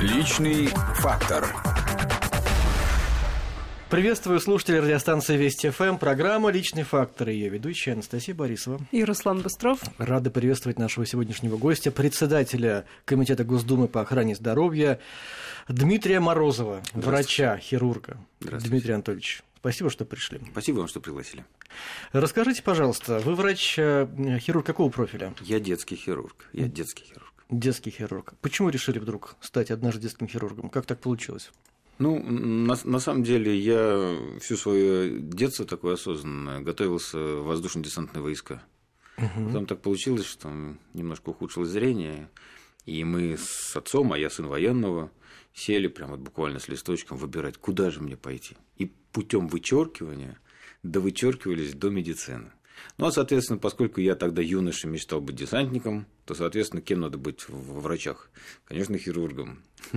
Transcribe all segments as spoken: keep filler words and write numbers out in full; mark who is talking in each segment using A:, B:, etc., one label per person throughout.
A: Личный фактор.
B: Приветствую слушателей радиостанции Вести ФМ. Программа «Личный фактор». Ее ведущая Анастасия Борисова.
C: И Руслан Быстров.
B: Рады приветствовать нашего сегодняшнего гостя, председателя Комитета Госдумы по охране здоровья Дмитрия Морозова, врача, хирурга. Дмитрий Анатольевич, спасибо, что пришли.
D: Спасибо вам, что пригласили.
B: Расскажите, пожалуйста, вы врач-хирург какого профиля?
D: Я детский хирург. Я детский хирург.
B: Детский хирург. Почему решили вдруг стать однажды детским хирургом? Как так получилось?
D: Ну, на, на самом деле, я всю свое детство такое осознанное готовился в воздушно-десантные войска. Угу. Потом так получилось, что немножко ухудшилось зрение, и мы с отцом, а я сын военного, сели прямо вот буквально с листочком выбирать, куда же мне пойти. И путем вычеркивания довычеркивались до медицины. Ну, а, соответственно, поскольку я тогда юноша мечтал быть десантником, то, соответственно, кем надо быть во врачах? Конечно, хирургом.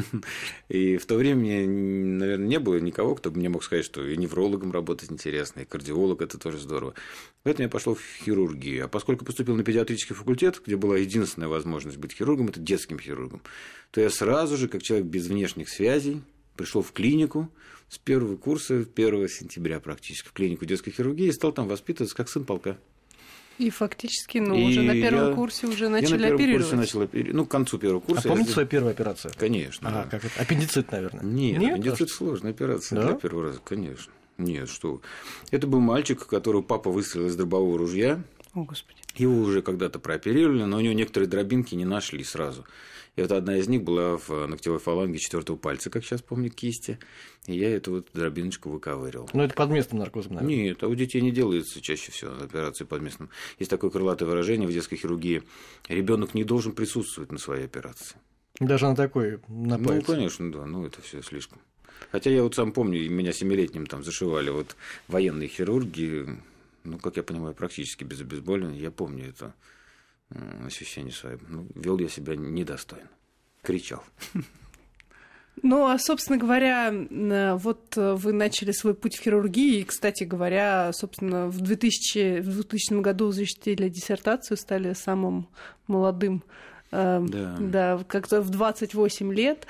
D: И в то время, наверное, не было никого, кто бы мне мог сказать, что и неврологом работать интересно, и кардиолог – это тоже здорово. Поэтому я пошел в хирургию. А поскольку поступил на педиатрический факультет, где была единственная возможность быть хирургом – это детским хирургом, то я сразу же, как человек без внешних связей, пришел в клинику с первого курса, первого сентября практически, в клинику детской хирургии, и стал там воспитываться как сын полка.
C: И фактически, ну,
D: и
C: уже на первом
D: я,
C: курсе уже начали
D: я на первом
C: оперировать.
D: Курсе начал оперировать. Ну, к концу первого курса.
B: А помните
D: я...
B: свою первую операцию?
D: Конечно.
B: Ага,
D: да.
B: как это? Аппендицит, наверное.
D: Нет,
B: Нет,
D: аппендицит
B: а
D: сложная операция
B: да?
D: для первого раза, конечно. Нет, что вы. Это был мальчик, которого папа выстрелил из дробового ружья.
C: О, Господи.
D: Его уже когда-то прооперировали, но у него некоторые дробинки не нашли сразу. И вот одна из них была в ногтевой фаланге четвертого пальца, как сейчас помню, кисти. И я эту вот дробиночку выковыривал.
B: Ну, это под местным наркозом, наверное.
D: Нет, а у детей не делается чаще всего операции под местным. Есть такое крылатое выражение в детской хирургии: ребенок не должен присутствовать на своей операции.
B: Даже на такой, на пальце.
D: Ну, конечно, да, ну это все слишком. Хотя я вот сам помню, меня семилетним там зашивали вот военные хирурги, ну, как я понимаю, практически без обезболивания. Я помню это ощущение свое. Ну, вел я себя недостойно. Кричал.
C: Ну, а, собственно говоря, вот вы начали свой путь в хирургии, и, кстати говоря, собственно, в двухтысячном году защитили диссертацию, стали самым молодым. Да. да, как-то в двадцать восемь лет.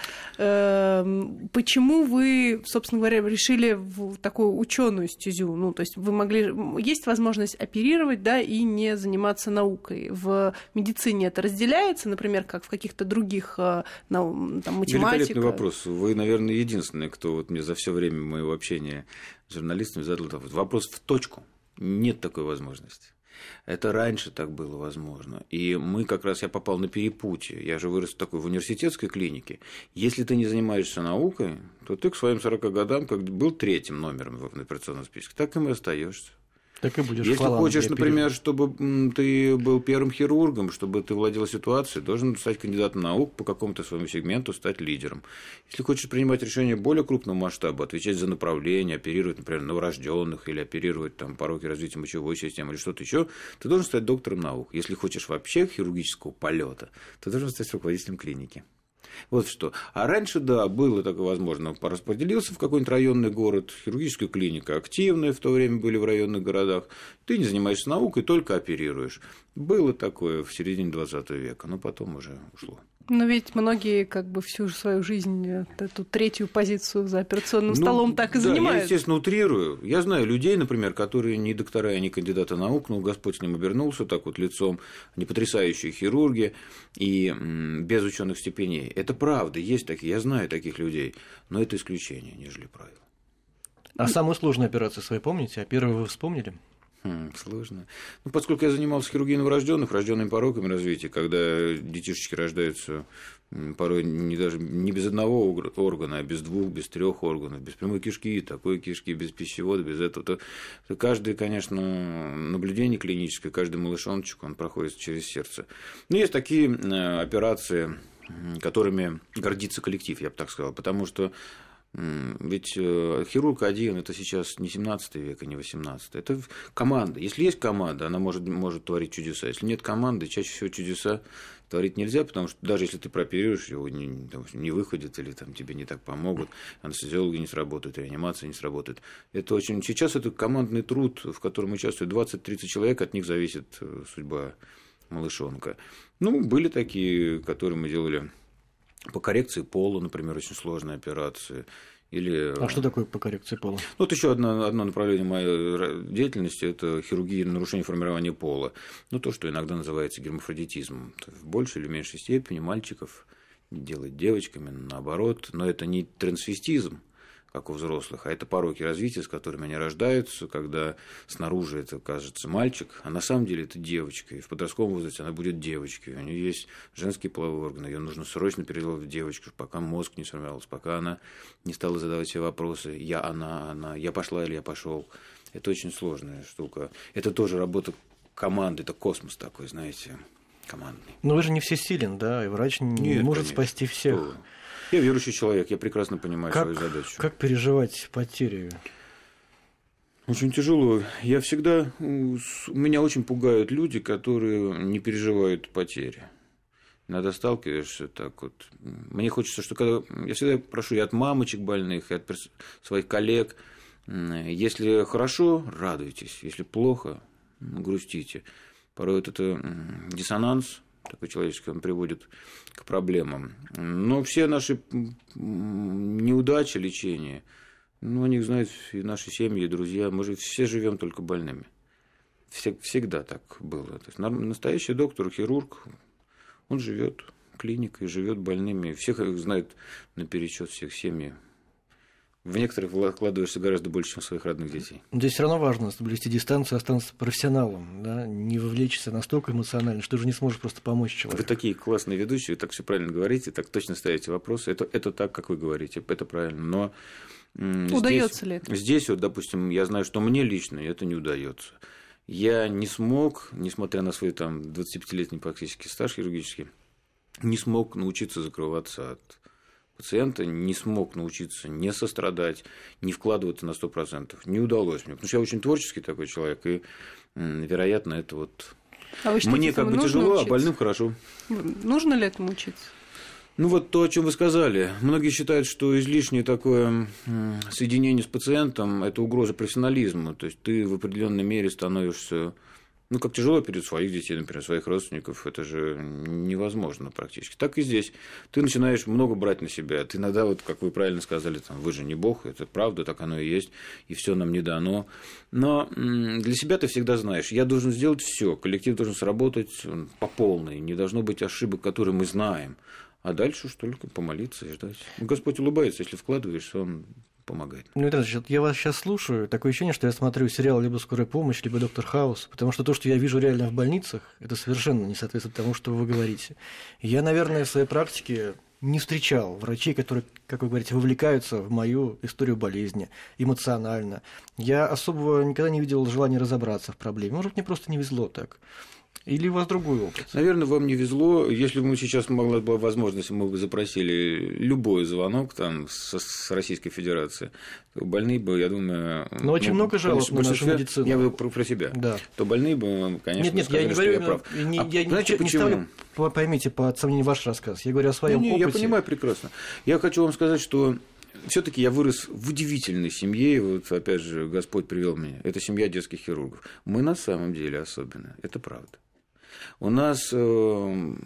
C: Почему вы, собственно говоря, решили в такую ученую стезю? Ну, то есть вы могли... Есть возможность оперировать, да, и не заниматься наукой. В медицине это разделяется, например, как в каких-то других, там, математиках?
D: Великолепный вопрос. Вы, наверное, единственный, кто вот мне за все время моего общения с журналистами задал этот вопрос. Вопрос в точку. Нет такой возможности. Это раньше так было возможно. И мы как раз, я попал на перепутье. Я же вырос в такой в университетской клинике. Если ты не занимаешься наукой, то ты к своим сорока годам как был третьим номером в операционном списке, так и остаешься.
B: Так и будешь.
D: Если хочешь, например, чтобы ты был первым хирургом, чтобы ты владел ситуацией, должен стать кандидатом наук по какому-то своему сегменту, стать лидером. Если хочешь принимать решения более крупного масштаба, отвечать за направление, оперировать, например, новорожденных или оперировать там, пороки развития мочевой системы или что-то еще, ты должен стать доктором наук. Если хочешь вообще хирургического полета, ты должен стать руководителем клиники. Вот что. А раньше, да, было такое возможно. Распределился в какой-нибудь районный город, хирургическая клиника активная в то время были в районных городах. Ты не занимаешься наукой, только оперируешь. Было такое в середине двадцатого века, но потом уже ушло.
C: Но ведь многие как бы всю свою жизнь эту третью позицию за операционным столом ну, так и
D: да,
C: занимают.
D: Я, естественно, утрирую. Я знаю людей, например, которые не доктора, не кандидаты наук, но Господь с ним обернулся так вот лицом, они потрясающие хирурги и без ученых степеней. Это правда, есть такие, я знаю таких людей, но это исключение, нежели правило.
B: А самую сложную операцию свою помните? А первую вы вспомнили?
D: Хм, сложно. Ну, поскольку я занимался хирургией новорожденных, рожденными пороками развития, когда детишечки рождаются порой не даже не без одного органа, а без двух, без трех органов, без прямой кишки, такой кишки, без пищевода, без этого, то, то каждое, конечно, наблюдение клиническое, каждый малышоночек, он проходит через сердце. Но есть такие операции, которыми гордится коллектив, я бы так сказал, потому что ведь хирург один – это сейчас не семнадцатый век и не восемнадцатый. Это команда. Если есть команда, она может, может творить чудеса. Если нет команды, чаще всего чудеса творить нельзя, потому что даже если ты прооперируешь, его не, там, не выходит или там, тебе не так помогут, анестезиологи не сработают, реанимация не сработает. Это очень... Сейчас это командный труд, в котором участвует двадцать-тридцать человек, от них зависит судьба малышонка. Ну, были такие, которые мы делали по коррекции пола, например, очень сложные операции. Или...
B: А что такое по коррекции пола?
D: Ну, вот еще одно, одно направление моей деятельности – это хирургия нарушения формирования пола. Ну, то, что иногда называется гермафродитизмом. В большей или меньшей степени мальчиков делать девочками, наоборот. Но это не трансвестизм, как у взрослых, а это пороки развития, с которыми они рождаются, когда снаружи это кажется мальчик, а на самом деле это девочка. И в подростковом возрасте она будет девочкой. У нее есть женские половые органы, ее нужно срочно переделать в девочку, пока мозг не сформировался, пока она не стала задавать себе вопросы: я, она, она, я пошла или я пошел. Это очень сложная штука. Это тоже работа команды, это космос такой, знаете, командный.
B: Но вы же не всесилен, да, и врач не
D: Нет,
B: может
D: конечно.
B: Спасти всех.
D: Что? Я верующий человек, я прекрасно понимаю
B: как,
D: свою задачу.
B: Как переживать потери?
D: Очень тяжело. Я всегда... Меня очень пугают люди, которые не переживают потери. Иногда сталкиваешься так вот. Мне хочется, что когда... Я всегда прошу и от мамочек больных, и от своих коллег. Если хорошо, радуйтесь. Если плохо, грустите. Порой вот это диссонанс такой человеческий, он приводит к проблемам. Но все наши неудачи лечения, ну, о них знают и наши семьи, и друзья. Мы же все живем только больными. Всегда так было. То есть настоящий доктор, хирург, он живет клиникой, живет больными. Всех их знают наперечет, всех семьи. В некоторых вкладываешься гораздо больше, чем в своих родных детей.
B: Здесь все равно важно соблюсти дистанцию, оставаться профессионалом, да? Не вовлечься настолько эмоционально, что ты же не сможешь просто помочь человеку.
D: Вы такие классные ведущие, так все правильно говорите, так точно ставите вопросы. Это, это так, как вы говорите, это правильно. Но
C: удается ли это?
D: Здесь, вот, допустим, я знаю, что мне лично это не удается. Я не смог, несмотря на свой там, двадцатипятилетний практически стаж хирургический, не смог научиться закрываться от пациента, не смог научиться не сострадать, не вкладываться на сто процентов. Не удалось мне, потому что я очень творческий такой человек, и, вероятно, это вот...
C: А вы считаете,
D: мне как бы тяжело, учиться? А больным хорошо.
C: Нужно ли этому учиться?
D: Ну, вот то, о чем вы сказали. Многие считают, что излишнее такое соединение с пациентом – это угроза профессионализму. То есть ты в определенной мере становишься... Ну, как тяжело перед своих детей, например, своих родственников, это же невозможно практически. Так и здесь. Ты начинаешь много брать на себя. Ты иногда, вот, как вы правильно сказали, там, вы же не Бог, это правда, так оно и есть, и все нам не дано. Но для себя ты всегда знаешь, я должен сделать все, коллектив должен сработать по полной, не должно быть ошибок, которые мы знаем. А дальше уж только помолиться и ждать. Господь улыбается, если вкладываешься, Он помогает.
B: Ну, я вас сейчас слушаю, такое ощущение, что я смотрю сериал либо «Скорая помощь», либо «Доктор Хаус», потому что то, что я вижу реально в больницах, это совершенно не соответствует тому, что вы говорите. Я, наверное, в своей практике не встречал врачей, которые, как вы говорите, вовлекаются в мою историю болезни эмоционально. Я особо никогда не видел желания разобраться в проблеме. Может, мне просто не везло так. Или у вас другой опыт?
D: Наверное, вам не везло. Если бы мы сейчас могла была возможность, мы бы запросили любой звонок там, с, с Российской Федерации, то больные бы, я думаю...
B: Но очень ну, много жалоб на нашу медицину.
D: Я говорю про, про себя.
B: Да.
D: То больные бы, конечно,
B: нет, нет,
D: сказали,
B: я не
D: что
B: говорю,
D: я прав.
B: Не,
D: а,
B: я
D: знаете,
B: не,
D: почему?
B: Не ставлю, поймите, под сомнение ваш рассказ. Я говорю о своем
D: не, не,
B: опыте.
D: Я понимаю прекрасно. Я хочу вам сказать, что... Все-таки я вырос в удивительной семье, вот опять же Господь привел меня. Это семья детских хирургов. Мы на самом деле особенные, это правда. У нас, ну,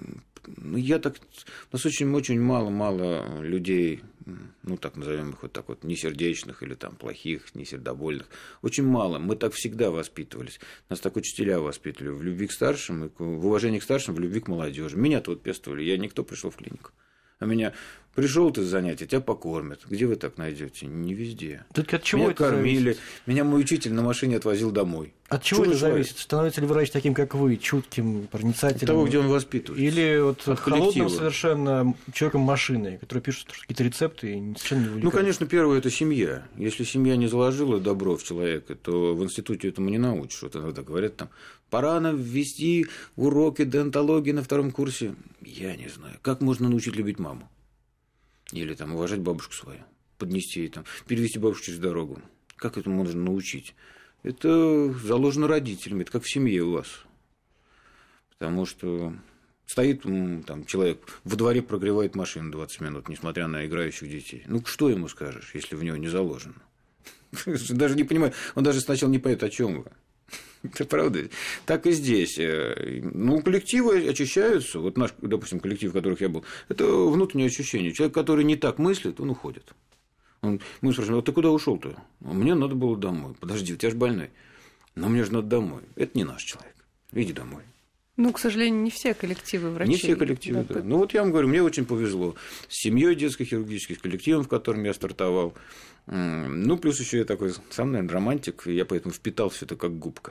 D: я так, у нас очень-очень мало-мало людей, ну, так назовем их вот так вот, несердечных или там плохих, несердобольных. Очень мало. Мы так всегда воспитывались. Нас так учителя воспитывали в любви к старшим, в уважении к старшим, в любви к молодежи. Меня-то вот пестовали, я никто пришел в клинику. А меня пришел ты с занятия, тебя покормят. Где вы так найдете? Не везде.
B: Так от чего
D: меня
B: это
D: кормили,
B: зависит?
D: Меня мой учитель на машине отвозил домой.
B: От чего
D: Чего
B: это зависит? Становится ли врач таким, как вы, чутким, проницательным?
D: От того, где он воспитывается.
B: Или вот
D: от
B: холодным
D: коллектива.
B: Совершенно человеком-машиной, который пишет какие-то рецепты и совершенно не увлекается?
D: Ну, конечно, первое – это семья. Если семья не заложила добро в человека, то в институте этому не научишь. Вот иногда говорят там, пора нам ввести уроки дентологии на втором курсе. Я не знаю. Как можно научить любить маму? Или там уважать бабушку свою, поднести ей там, перевести бабушку через дорогу. Как это можно научить? Это заложено родителями, это как в семье у вас. Потому что стоит там, человек во дворе, прогревает машину двадцать минут, несмотря на играющих детей. Ну, что ему скажешь, если в него не заложено? Даже не понимаю, он даже сначала не поймет, о чем вы. Это правда. Так и здесь. Ну, коллективы очищаются. Вот наш, допустим, коллектив, в которых я был, это внутреннее ощущение. Человек, который не так мыслит, он уходит. Он, мы спрашиваем, вот ты куда ушел-то? Мне надо было домой. Подожди, у тебя же больной. Но мне же надо домой. Это не наш человек. Иди домой.
C: Ну, к сожалению, не все коллективы врачей.
D: Не все коллективы, да. да. Ну, вот я вам говорю, мне очень повезло с семьей детско-хирургических коллективом, в котором я стартовал. Ну, плюс еще я такой сам, наверное, романтик, и я поэтому впитал все это как губка.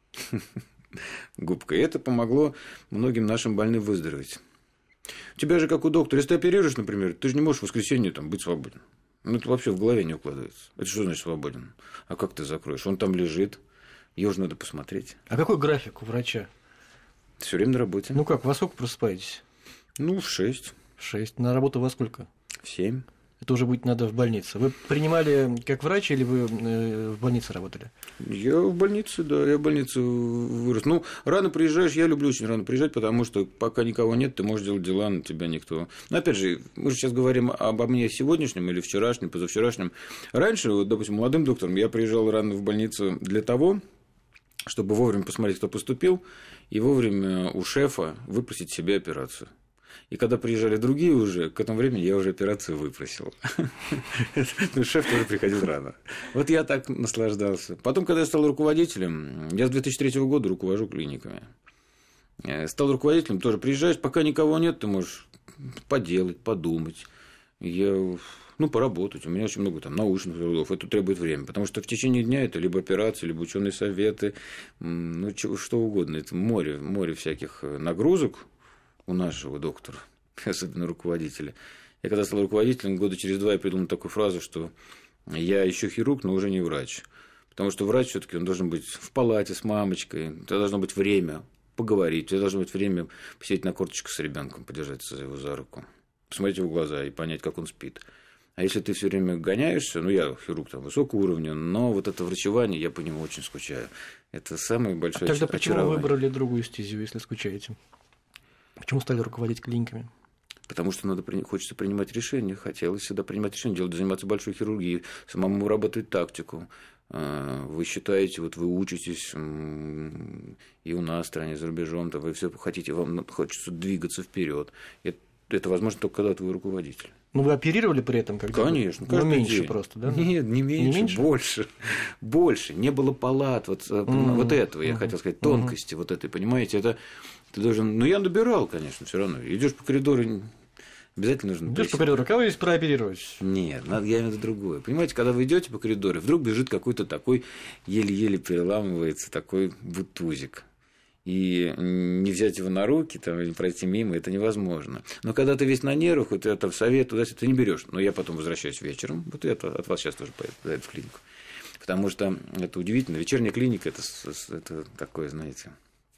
D: Губка. И это помогло многим нашим больным выздороветь. У тебя же, как у доктора, если ты оперируешь, например, ты же не можешь в воскресенье там быть свободен. Ну, это вообще в голове не укладывается. Это что значит свободен? А как ты закроешь? Он там лежит, его же надо посмотреть.
B: А какой график у врача?
D: Все время на работе.
B: Ну как, во сколько просыпаетесь?
D: Ну, в шесть.
B: В шесть. На работу во сколько?
D: В семь.
B: Это уже будет надо в больнице. Вы принимали как врач или вы в больнице работали?
D: Я в больнице, да, я в больнице вырос. Ну, рано приезжаешь, я люблю очень рано приезжать, потому что пока никого нет, ты можешь делать дела, на тебя никто. Но опять же, мы же сейчас говорим обо мне сегодняшнем или вчерашнем, позавчерашнем. Раньше, вот, допустим, молодым доктором я приезжал рано в больницу для того, чтобы вовремя посмотреть, кто поступил, и вовремя у шефа выпросить себе операцию. И когда приезжали другие уже, к этому времени я уже операцию выпросил. Ну, шеф тоже приходил рано. Вот я так наслаждался. Потом, когда я стал руководителем, я с две тысячи третьего года руковожу клиниками. Стал руководителем, тоже приезжаешь, пока никого нет, ты можешь поделать, подумать. Я... Ну, поработать. У меня очень много там научных трудов. Это требует времени. Потому что в течение дня это либо операции, либо ученые советы, ну, что угодно. Это море, море всяких нагрузок у нашего доктора, особенно руководителя. Я когда стал руководителем, года через два я придумал такую фразу, что я еще хирург, но уже не врач. Потому что врач все-таки он должен быть в палате с мамочкой, это должно быть время поговорить, это должно быть время посидеть на корточках с ребенком, подержаться его за руку, посмотреть его в глаза и понять, как он спит. А если ты все время гоняешься, ну, я хирург там высокого уровня, но вот это врачевание, я по нему очень скучаю. Это самое большое
B: очарование. Тогда почему
D: очарование.
B: Выбрали другую стезию, если скучаете? Почему стали руководить клиниками?
D: Потому что надо, хочется принимать решения, хотелось всегда принимать решения, делать, заниматься большой хирургией, самому работать тактику. Вы считаете, вот вы учитесь и у нас в стране, за рубежом, то вы все хотите, вам хочется двигаться вперед. Это, это возможно только когда вы руководитель.
B: Ну, вы оперировали при этом когда-то?
D: Конечно,
B: каждый
D: ну,
B: меньше
D: день.
B: Просто, да?
D: Нет, не меньше, не меньше? больше. Больше. Не было палат. Вот, mm-hmm. вот этого, я mm-hmm. хотел сказать, тонкости mm-hmm. вот этой, понимаете, это ты должен. Ну, я набирал, конечно, все равно. Идешь по коридору, обязательно нужно.
B: Идешь по коридору, кого здесь прооперировать?
D: Нет, надо, я имею в виду другое. Понимаете, когда вы идете по коридору, вдруг бежит какой-то такой, еле-еле переламывается такой бутузик. И не взять его на руки там, или пройти мимо, это невозможно. Но когда ты весь на нервах, вот это в совет, туда ты не берешь. Но я потом возвращаюсь вечером, вот я от вас сейчас тоже поеду в клинику. Потому что это удивительно. Вечерняя клиника это, это такое, знаете,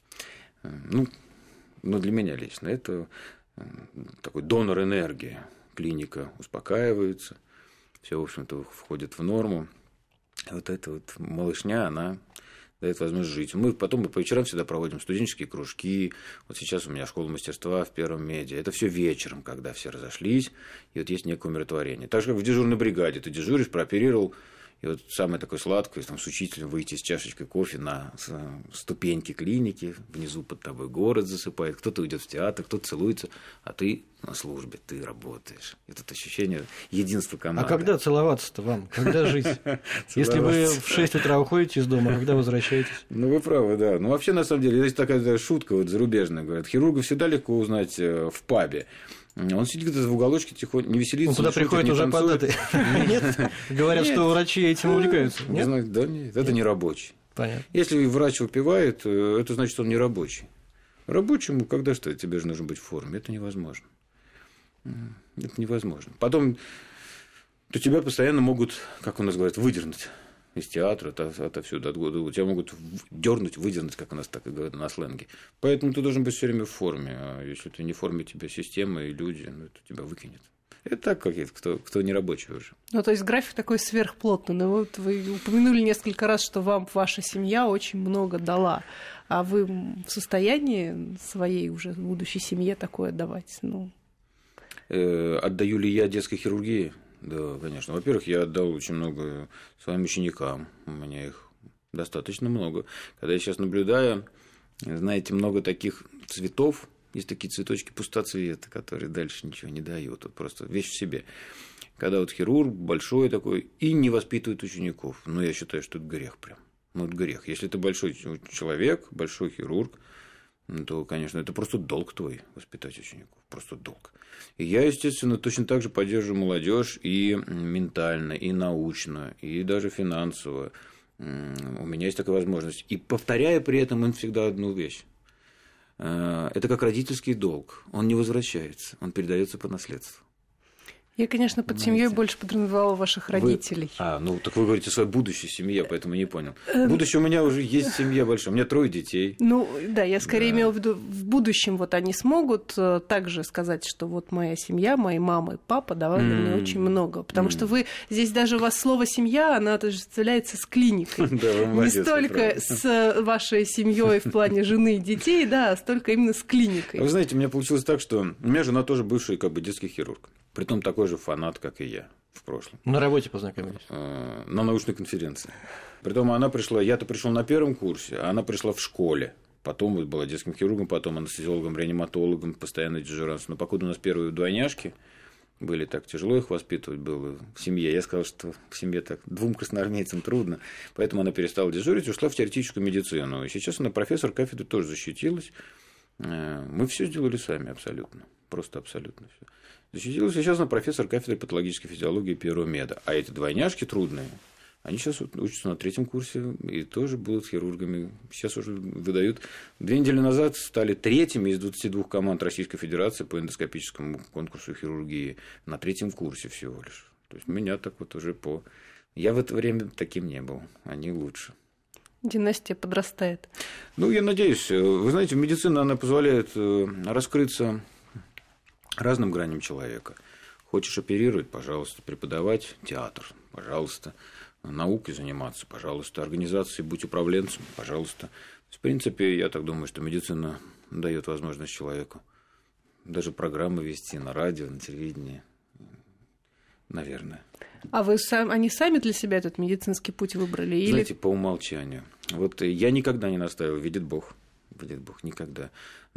D: ну, ну, для меня лично, это такой донор энергии. Клиника успокаивается, все, в общем-то, входит в норму. Вот эта вот малышня, она дает возможность жить. Мы потом мы по вечерам всегда проводим студенческие кружки. Вот сейчас у меня школа мастерства в первом меди. Это все вечером, когда все разошлись, и вот есть некое умиротворение. Так же, как в дежурной бригаде. Ты дежуришь, прооперировал, и вот самое такое сладкое, там, с учителем выйти с чашечкой кофе на ступеньки клиники, внизу под тобой город засыпает, кто-то уйдет в театр, кто-то целуется, а ты на службе, ты работаешь. Это ощущение единства команды.
B: А когда целоваться-то вам? Когда жить? Если вы в шесть утра уходите из дома, а когда возвращаетесь?
D: Ну, вы правы, да. Ну, вообще, на самом деле, есть такая шутка вот зарубежная, говорят, хирурга всегда легко узнать в пабе. Он сидит где-то в уголочке, тихонько, не веселится.
B: Он туда
D: шутит,
B: приходит уже податый. Нет? Говорят, что врачи этим увлекаются. Нет?
D: Да нет, это не рабочий.
B: Понятно.
D: Если врач выпивает, это значит, что он не рабочий. Рабочему, когда что, тебе же нужно быть в форме. Это невозможно. Это невозможно. Потом то тебя постоянно могут, как у нас говорят, выдернуть из театра, отовсюду, от года. Тебя могут дернуть, выдернуть, как у нас так и говорят на сленге. Поэтому ты должен быть все время в форме. А если ты не в форме, тебя система и люди, ну, это тебя выкинет. Это так, как это, кто, кто не рабочий уже.
C: Ну, то есть график такой сверхплотный. Но вот вы упомянули несколько раз, что вам ваша семья очень много дала. А вы в состоянии своей уже будущей семье такое отдавать? Ну...
D: Э, отдаю ли я детской хирургии? Да, конечно. Во-первых, я отдал очень много своим ученикам. У меня их Достаточно много. Когда я сейчас наблюдаю, знаете, много таких цветов, есть такие цветочки пустоцвета, которые дальше ничего не дают. Вот просто вещь в себе. Когда вот хирург большой такой и не воспитывает учеников. Ну, я считаю, что это грех прям. Ну, это грех. Если ты большой человек, большой хирург, то, конечно, это просто долг твой воспитать учеников. Просто долг. И я, естественно, точно так же поддерживаю молодежь и ментально, и научно, и даже финансово. У меня есть такая возможность. И повторяя при этом им всегда одну вещь. Это как родительский долг. Он не возвращается, он передается по наследству.
C: Я, конечно, под семьей больше подразумевала ваших родителей.
D: Вы... А, ну так вы говорите о своей будущей семье, поэтому не понял. Будущее у меня уже есть семья большая, у меня трое детей.
C: Ну да, я скорее
D: да.
C: имела в виду, в будущем вот они смогут также сказать, что вот моя семья, мои мама и папа давали mm. мне очень много. Потому mm. что вы, здесь даже у вас слово «семья», она отождествляется с клиникой. Не столько с вашей семьей в плане жены и детей, да, а столько именно с клиникой.
D: Вы знаете, у меня получилось так, что у меня жена тоже бывший как бы детский хирург. Притом такой же фанат, как и я в прошлом.
B: На работе познакомились?
D: На научной конференции. Притом она пришла, я-то пришел на первом курсе, а она пришла в школе. Потом была детским хирургом, потом анестезиологом, реаниматологом, постоянно дежурством. Но покуда у нас первые двойняшки были, так тяжело их воспитывать было в семье. Я сказал, что в семье так двум красноармейцам трудно. Поэтому она перестала дежурить и ушла в теоретическую медицину. И сейчас она профессор кафедры, тоже защитилась. Мы все сделали сами абсолютно. Просто абсолютно все. Защитилась, и сейчас она профессор кафедры патологической физиологии первого меда. А эти двойняшки трудные, они сейчас учатся на третьем курсе и тоже будут хирургами. Сейчас уже выдают. Две недели назад стали третьими из двадцати двух команд Российской Федерации по эндоскопическому конкурсу хирургии на третьем курсе всего лишь. То есть меня так вот уже по... Я в это время таким не был, они лучше.
C: Династия подрастает.
D: Ну, я надеюсь. Вы знаете, медицина, она позволяет раскрыться разным граням человека. Хочешь оперировать, пожалуйста, преподавать театр, пожалуйста, наукой заниматься, пожалуйста, организацией быть управленцем, пожалуйста. В принципе, я так думаю, что медицина дает возможность человеку даже программы вести на радио, на телевидении, наверное.
C: А вы сам, они сами для себя этот медицинский путь выбрали? Или...
D: Знаете, по умолчанию. Вот я никогда не настаивал, видит Бог. Видит Бог, никогда.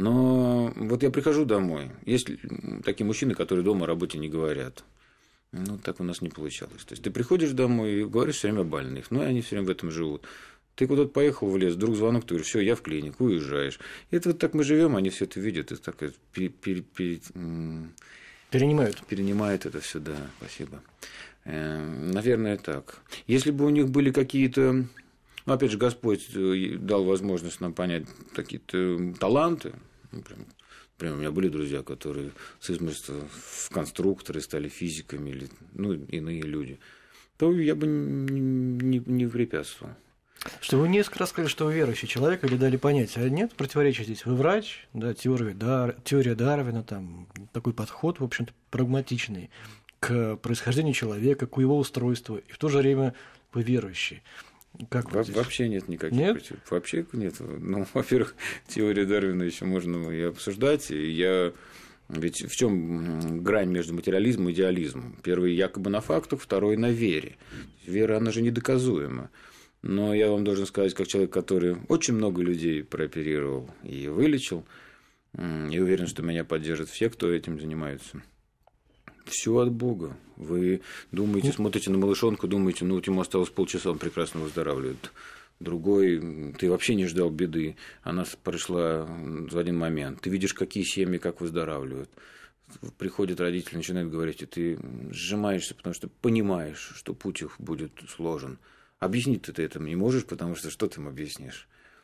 D: Но вот я прихожу домой. Есть такие мужчины, которые дома о работе не говорят. Ну, так у нас не получалось. То есть ты приходишь домой и говоришь все время о больных. Ну, и они все время в этом живут. Ты куда-то поехал в лес, вдруг звонок, ты говоришь, все, я в клинику, уезжаешь. И это вот так мы живем, они все это видят. И так пере, пере, пере,
B: перенимают.
D: Перенимают это все, да, спасибо. Наверное, так. Если бы у них были какие-то... Ну, опять же, Господь дал возможность нам понять какие-то таланты. Например, у меня были друзья, которые с измольства в конструкторы стали физиками, или, ну, иные люди. То я бы не, не, не препятствовал.
B: Что вы несколько раз сказали, что вы верующий человек, или дали понять, а нет противоречия здесь? Вы врач, да, теория, Дар... теория Дарвина, там такой подход, в общем-то, прагматичный к происхождению человека, к его устройству, и в то же время вы верующий. Как
D: Во- вообще нет никаких
B: нет?
D: против... Вообще нет. Ну, во-первых, теорию Дарвина еще можно и обсуждать. И я... Ведь в чем грань между материализмом и идеализмом? Первый якобы на фактах, второй на вере. Вера, она же недоказуема. Но я вам должен сказать, как человек, который очень много людей прооперировал и вылечил, и уверен, что меня поддержат все, кто этим занимается. Все от Бога. Вы думаете, смотрите на малышонку, думаете, ну вот ему осталось полчаса, он прекрасно выздоравливает. Другой, ты вообще не ждал беды, она прошла в один момент. Ты видишь, какие семьи, как выздоравливают. Приходят родители, начинают говорить, и ты сжимаешься, потому что понимаешь, что путь их будет сложен. Объяснить ты это не можешь, потому что что ты им объяснишь?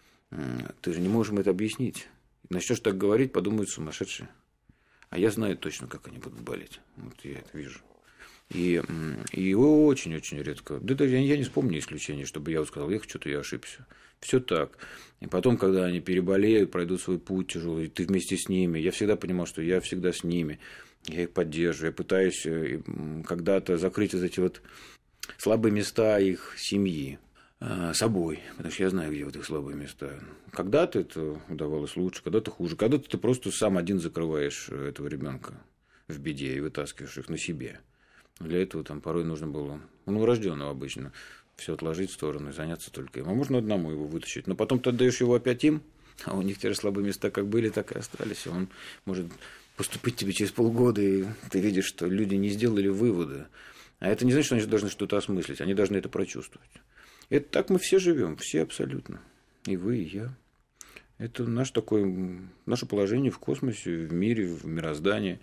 D: Ты же не можешь им это объяснить. Начнешь так говорить, подумают, сумасшедшие. А я знаю точно, как они будут болеть. Вот я это вижу. И, и очень-очень редко. Да даже я не вспомню исключения, чтобы я вот сказал, эх, что-то я ошибся. Все так. И потом, когда они переболеют, пройдут свой путь тяжелый, ты вместе с ними. Я всегда понимал, что я всегда с ними. Я их поддерживаю. Я пытаюсь когда-то закрыть вот эти вот слабые места их семьи собой, потому что я знаю, где вот их слабые места. Когда-то это удавалось лучше, когда-то хуже, когда-то ты просто сам один закрываешь этого ребенка в беде и вытаскиваешь их на себе. Для этого там порой нужно было, ну, рожденного обычно, все отложить в сторону и заняться только им. А можно одному его вытащить. Но потом ты отдаешь его опять им, а у них те же слабые места как были, так и остались. И он может поступить тебе через полгода, и ты видишь, что люди не сделали выводы. А это не значит, что они должны что-то осмыслить. Они должны это прочувствовать. Это так мы все живем, все абсолютно. И вы, и я. Это наш такой, наше положение в космосе, в мире, в мироздании.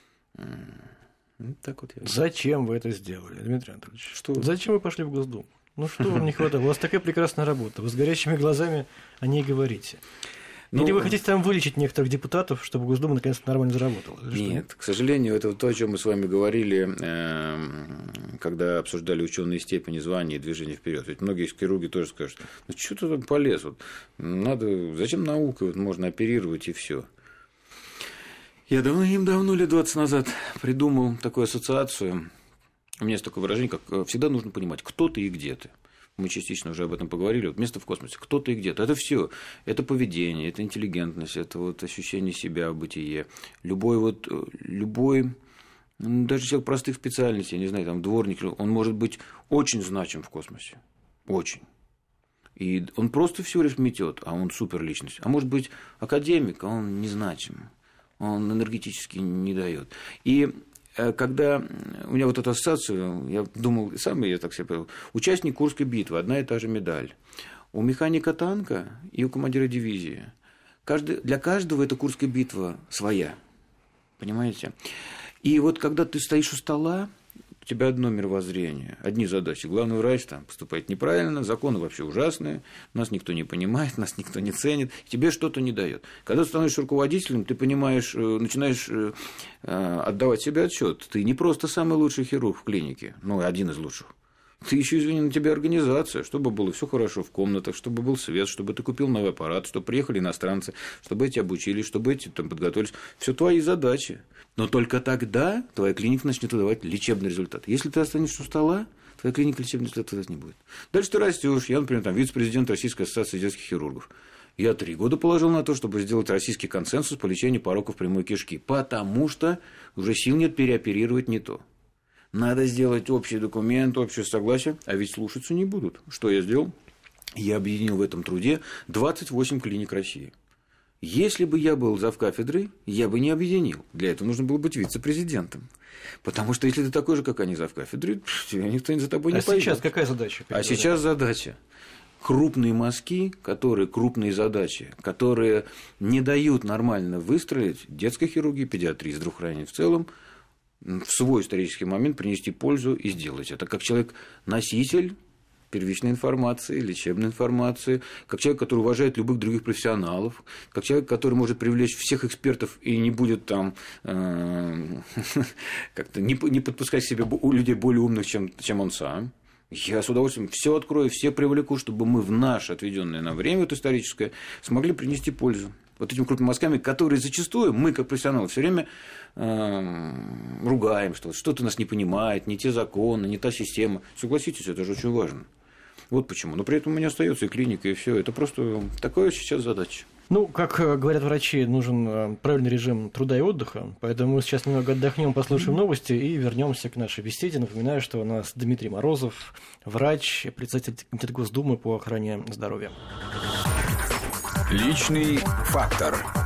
D: Так вот я...
B: Зачем вы это сделали, Дмитрий Анатольевич?
D: Что?
B: Зачем вы пошли в Госдуму? Ну что вам не хватало? У вас такая прекрасная работа. Вы с горящими глазами о ней говорите.
D: Ну,
B: Или вы хотите там вылечить некоторых депутатов, чтобы Госдума наконец-то нормально заработала?
D: Нет, к сожалению, это то, о чем мы с вами говорили, когда обсуждали ученые степени, звания и движения вперед. Ведь многие хирурги тоже скажут: ну что ты там полез? Вот, надо... Зачем наука? Вот можно оперировать и все. Я давно-давно, лет двадцать назад, придумал такую ассоциацию. У меня есть такое выражение, как всегда нужно понимать, кто ты и где ты. Мы частично уже об этом поговорили. Вот место в космосе, кто ты и где ты. Это все. Это поведение, это интеллигентность, это вот ощущение себя, бытие. Любой вот, любой, даже человек простых специальностей, я не знаю, там дворник, он может быть очень значим в космосе. Очень. И он просто всего лишь метет, а он суперличность. А может быть академик, а он незначим. Он энергетически не дает. И когда у меня вот эта ассоциация, я думал, сам я так себе понял, участник Курской битвы, одна и та же медаль. У механика танка и у командира дивизии. Каждый, для каждого эта Курская битва своя. Понимаете? И вот когда ты стоишь у стола, у тебя одно мировоззрение, одни задачи. Главный врач там поступает неправильно, законы вообще ужасные, нас никто не понимает, нас никто не ценит, тебе что-то не дает. Когда ты становишься руководителем, ты понимаешь, начинаешь отдавать себе отчет. Ты не просто самый лучший хирург в клинике, ну, один из лучших. Ты еще, извини, на тебя организация, чтобы было все хорошо в комнатах, чтобы был свет, чтобы ты купил новый аппарат, чтобы приехали иностранцы, чтобы эти обучились, чтобы эти там подготовились. Все твои задачи. Но только тогда твоя клиника начнет выдавать лечебный результат. Если ты останешься у стола, твоя клиника лечебный результат выдать не будет. Дальше ты растешь. Я, например, там, вице-президент Российской ассоциации детских хирургов. Я три года положил на то, чтобы сделать российский консенсус по лечению пороков прямой кишки, потому что уже сил нет переоперировать не то. Надо сделать общий документ, общее согласие, а ведь слушаться не будут. Что я сделал? Я объединил в этом труде двадцать восемь клиник России. Если бы я был завкафедрой, я бы не объединил. Для этого нужно было быть вице-президентом. Потому что если ты такой же, как они, завкафедрой, никто за тобой не пойдет.
B: А сейчас какая задача?
D: А сейчас задача. Крупные мазки, которые крупные задачи, которые не дают нормально выстроить детской хирургии, педиатрии, здравоохранения в целом, в свой исторический момент принести пользу и сделать это. Как человек-носитель первичной информации, лечебной информации, как человек, который уважает любых других профессионалов, как человек, который может привлечь всех экспертов и не будет там э, как-то не, не подпускать к себе людей более умных, чем, чем он сам. Я с удовольствием все открою, все привлеку, чтобы мы в наше отведенное нам время, вот историческое, смогли принести пользу вот этими крупными мазками, которые зачастую мы, как профессионалы, все время э, ругаем, что что-то нас не понимает, не те законы, не та система. Согласитесь, это же очень важно. Вот почему. Но при этом у меня остается и клиника, и все. Это просто такая сейчас задача.
B: Ну, как говорят врачи, нужен правильный режим труда и отдыха, поэтому мы сейчас немного отдохнем, послушаем новости и вернемся к нашей беседе. Напоминаю, что у нас Дмитрий Морозов, врач, председатель Комитета Госдумы по охране здоровья.
A: Личный фактор.